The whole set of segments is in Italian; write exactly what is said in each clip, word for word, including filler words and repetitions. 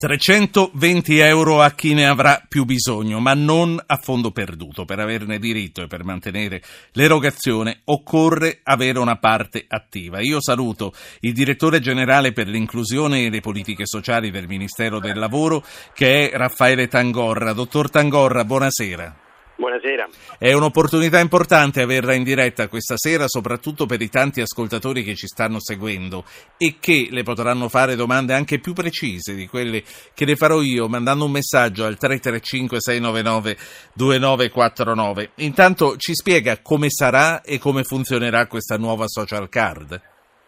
trecentoventi euro a chi ne avrà più bisogno, ma non a fondo perduto. Per averne diritto e per mantenere l'erogazione occorre avere una parte attiva. Io saluto il direttore generale per l'inclusione e le politiche sociali del Ministero del Lavoro, che è Raffaele Tangorra. Dottor Tangorra, buonasera. Buonasera. È un'opportunità importante averla in diretta questa sera, soprattutto per i tanti ascoltatori che ci stanno seguendo e che le potranno fare domande anche più precise di quelle che le farò io, mandando un messaggio al tre tre cinque sei nove nove due nove quattro nove. Intanto ci spiega come sarà e come funzionerà questa nuova social card?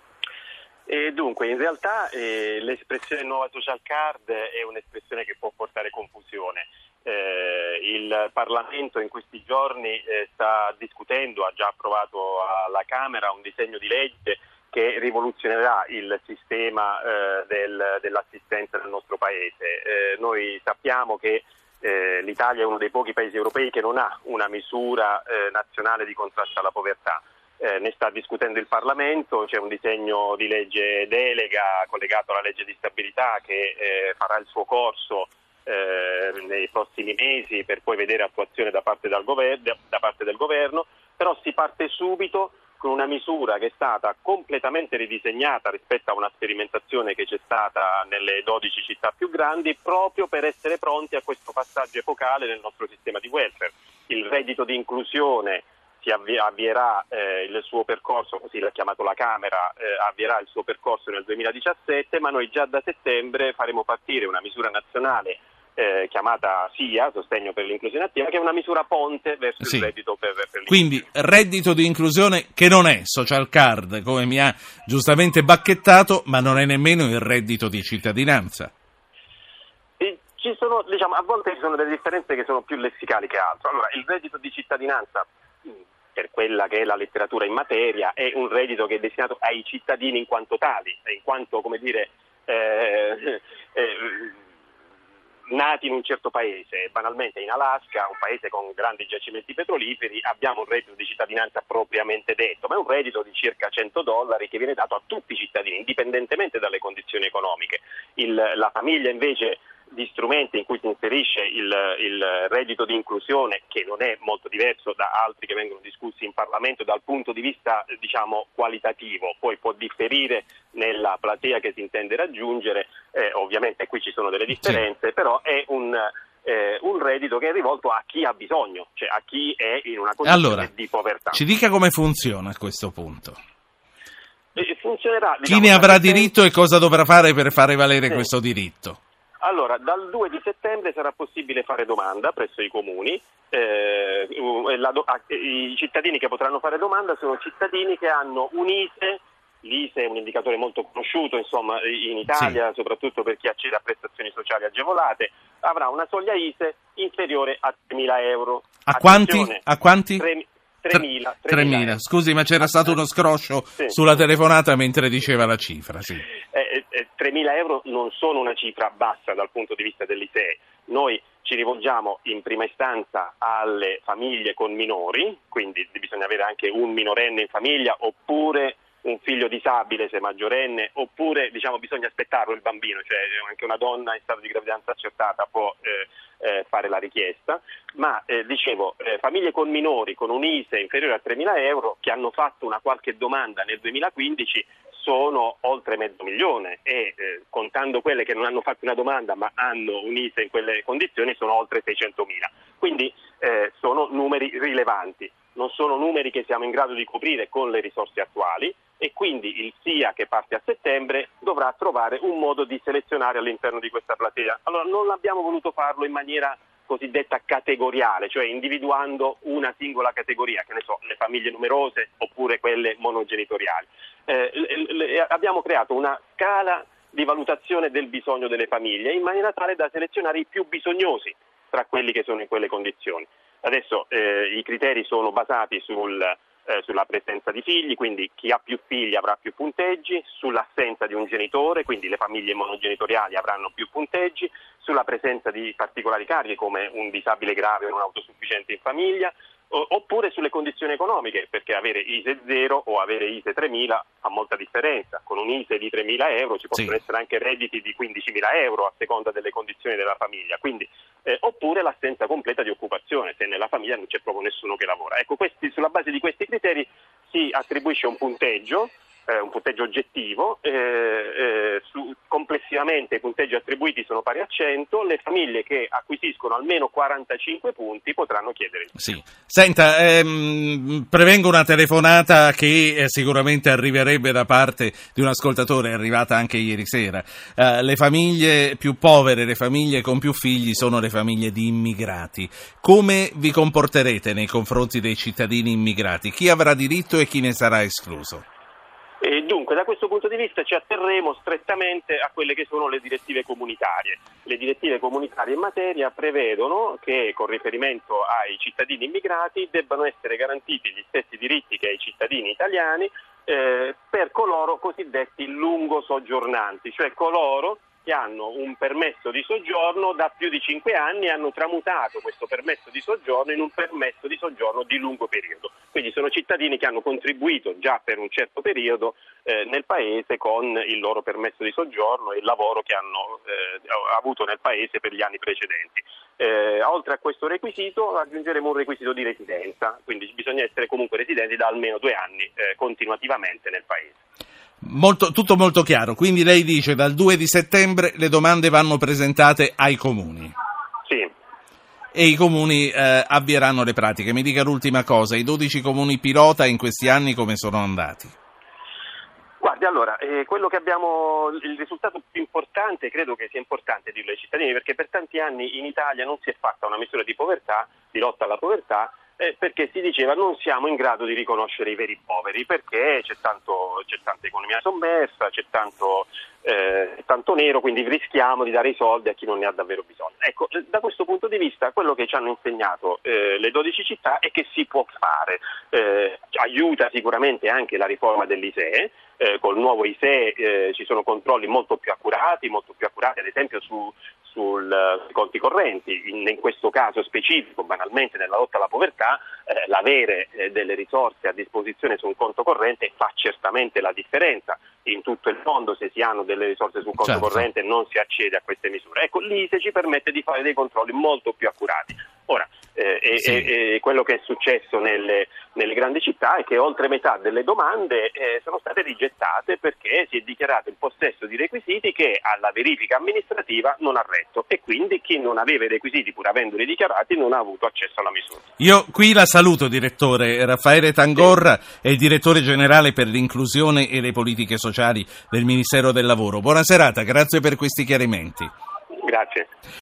E dunque, in realtà eh, l'espressione nuova social card è un'espressione che può portare confusione. Eh, il Parlamento in questi giorni eh, sta discutendo, ha già approvato alla Camera un disegno di legge che rivoluzionerà il sistema eh, del, dell'assistenza nel nostro Paese. Eh, noi sappiamo che eh, l'Italia è uno dei pochi paesi europei che non ha una misura eh, nazionale di contrasto alla povertà. Eh, ne sta discutendo il Parlamento, c'è un disegno di legge delega collegato alla legge di stabilità che eh, farà il suo corso Eh, nei prossimi mesi per poi vedere attuazione da parte, del governo, da parte del governo, però si parte subito con una misura che è stata completamente ridisegnata rispetto a una sperimentazione che c'è stata nelle dodici città più grandi, proprio per essere pronti a questo passaggio epocale nel nostro sistema di welfare. Il reddito di inclusione si avvi- avvierà eh, il suo percorso, così l'ha chiamato la Camera, eh, avvierà il suo percorso nel duemiladiciassette, ma noi già da settembre faremo partire una misura nazionale Eh, chiamata S I A, Sostegno per l'inclusione attiva, che è una misura ponte verso sì. il reddito per, per l'inclusione. Quindi reddito di inclusione che non è social card, come mi ha giustamente bacchettato, ma non è nemmeno il reddito di cittadinanza. E ci sono, diciamo, a volte ci sono delle differenze che sono più lessicali che altro. Allora, il reddito di cittadinanza, per quella che è la letteratura in materia, è un reddito che è destinato ai cittadini in quanto tali, in quanto, come dire, eh, eh, nati in un certo paese. Banalmente in Alaska, un paese con grandi giacimenti petroliferi, abbiamo un reddito di cittadinanza propriamente detto, ma è un reddito di circa cento dollari che viene dato a tutti i cittadini, indipendentemente dalle condizioni economiche. Il, la famiglia invece di strumenti in cui si inserisce il, il reddito di inclusione, che non è molto diverso da altri che vengono discussi in Parlamento dal punto di vista, diciamo, qualitativo, poi può differire nella platea che si intende raggiungere, eh, ovviamente qui ci sono delle differenze, sì. Però è un, eh, un reddito che è rivolto a chi ha bisogno, cioè a chi è in una condizione allora, di povertà. Ci dica come funziona a questo punto. E funzionerà, chi diciamo, ne avrà diritto e cosa dovrà fare per fare valere sì. questo diritto? Allora, dal due di settembre sarà possibile fare domanda presso i comuni. Eh, la do- I cittadini che potranno fare domanda sono cittadini che hanno un I S E E. L'I S E E è un indicatore molto conosciuto, insomma, in Italia, sì. soprattutto per chi accede a prestazioni sociali agevolate, avrà una soglia I S E E inferiore a tremila euro. A quanti? A quanti? tremila. tremila. Scusi, ma c'era stato uno scroscio sì. sulla telefonata mentre diceva la cifra, sì. Eh, eh, tremila euro non sono una cifra bassa dal punto di vista dell'I S E E. Noi ci rivolgiamo in prima istanza alle famiglie con minori, quindi bisogna avere anche un minorenne in famiglia oppure un figlio disabile se maggiorenne, oppure diciamo bisogna aspettarlo il bambino, cioè anche una donna in stato di gravidanza accertata può eh, eh, fare la richiesta, ma eh, dicevo eh, famiglie con minori con un I S E E inferiore a tremila euro che hanno fatto una qualche domanda nel duemilaquindici sono oltre mezzo milione e eh, contando quelle che non hanno fatto una domanda ma hanno un I S E E in quelle condizioni sono oltre seicentomila, quindi eh, sono numeri rilevanti. Non sono numeri che siamo in grado di coprire con le risorse attuali e quindi il S I A che parte a settembre dovrà trovare un modo di selezionare all'interno di questa platea. Allora non abbiamo voluto farlo in maniera cosiddetta categoriale, cioè individuando una singola categoria, che ne so, le famiglie numerose oppure quelle monogenitoriali. Eh, le, le, abbiamo creato una scala di valutazione del bisogno delle famiglie in maniera tale da selezionare i più bisognosi tra quelli che sono in quelle condizioni. Adesso eh, i criteri sono basati sul, eh, sulla presenza di figli, quindi chi ha più figli avrà più punteggi, sull'assenza di un genitore, quindi le famiglie monogenitoriali avranno più punteggi, sulla presenza di particolari carichi come un disabile grave o non autosufficiente in famiglia, oppure sulle condizioni economiche, perché avere I S E zero o avere I S E tremila fa molta differenza. Con un I S E di tremila euro ci possono sì. essere anche redditi di quindicimila euro a seconda delle condizioni della famiglia, quindi eh, oppure l'assenza completa di occupazione, se nella famiglia non c'è proprio nessuno che lavora. Ecco, questi, sulla base di questi criteri si attribuisce un punteggio, eh, un punteggio oggettivo, eh, eh, su, complessivamente i punteggi attribuiti sono pari a cento, le famiglie che acquisiscono almeno quarantacinque punti potranno chiedere. Sì. Senta, ehm, prevengo una telefonata che eh, sicuramente arriverebbe da parte di un ascoltatore, è arrivata anche ieri sera. Eh, le famiglie più povere, le famiglie con più figli sono le famiglie di immigrati. Come vi comporterete nei confronti dei cittadini immigrati? Chi avrà diritto e chi ne sarà escluso? E dunque, da questo punto di vista ci atterremo strettamente a quelle che sono le direttive comunitarie. Le direttive comunitarie in materia prevedono che, con riferimento ai cittadini immigrati, debbano essere garantiti gli stessi diritti che ai cittadini italiani eh, per coloro cosiddetti lungo soggiornanti, cioè coloro che hanno un permesso di soggiorno da più di cinque anni e hanno tramutato questo permesso di soggiorno in un permesso di soggiorno di lungo periodo. Quindi sono cittadini che hanno contribuito già per un certo periodo eh, nel Paese con il loro permesso di soggiorno e il lavoro che hanno eh, avuto nel Paese per gli anni precedenti. Eh, oltre a questo requisito aggiungeremo un requisito di residenza, quindi bisogna essere comunque residenti da almeno due anni eh, continuativamente nel Paese. Molto, tutto molto chiaro, quindi lei dice dal due di settembre le domande vanno presentate ai comuni. Sì. E i comuni eh, avvieranno le pratiche. Mi dica l'ultima cosa, i dodici comuni pilota in questi anni come sono andati? Guardi, allora, eh, quello che abbiamo, il risultato più importante, credo che sia importante dirlo ai cittadini, perché per tanti anni in Italia non si è fatta una misura di povertà, di lotta alla povertà, Eh, perché si diceva non siamo in grado di riconoscere i veri poveri, perché c'è tanto c'è tanta economia sommersa, c'è tanto, eh, tanto nero, quindi rischiamo di dare i soldi a chi non ne ha davvero bisogno. Ecco, da questo punto di vista quello che ci hanno insegnato eh, le dodici città è che si può fare. Eh, aiuta sicuramente anche la riforma dell'I S E E, eh, col nuovo I S E E eh, ci sono controlli molto più accurati, molto più accurati ad esempio su sui conti correnti, in, in questo caso specifico, banalmente nella lotta alla povertà, eh, l'avere eh, delle risorse a disposizione su un conto corrente fa certamente la differenza. In tutto il mondo, se si hanno delle risorse sul conto certo. corrente, non si accede a queste misure. Ecco, l'I S E E ci permette di fare dei controlli molto più accurati. Ora, eh, sì. e, e quello che è successo nelle, nelle grandi città è che oltre metà delle domande eh, sono state rigettate perché si è dichiarato il possesso di requisiti che alla verifica amministrativa non ha retto, e quindi chi non aveva i requisiti pur avendoli dichiarati non ha avuto accesso alla misura. Io qui la saluto, direttore. Raffaele Tangorra sì. è il direttore generale per l'inclusione e le politiche sociali del Ministero del Lavoro. Buona serata, grazie per questi chiarimenti. Grazie.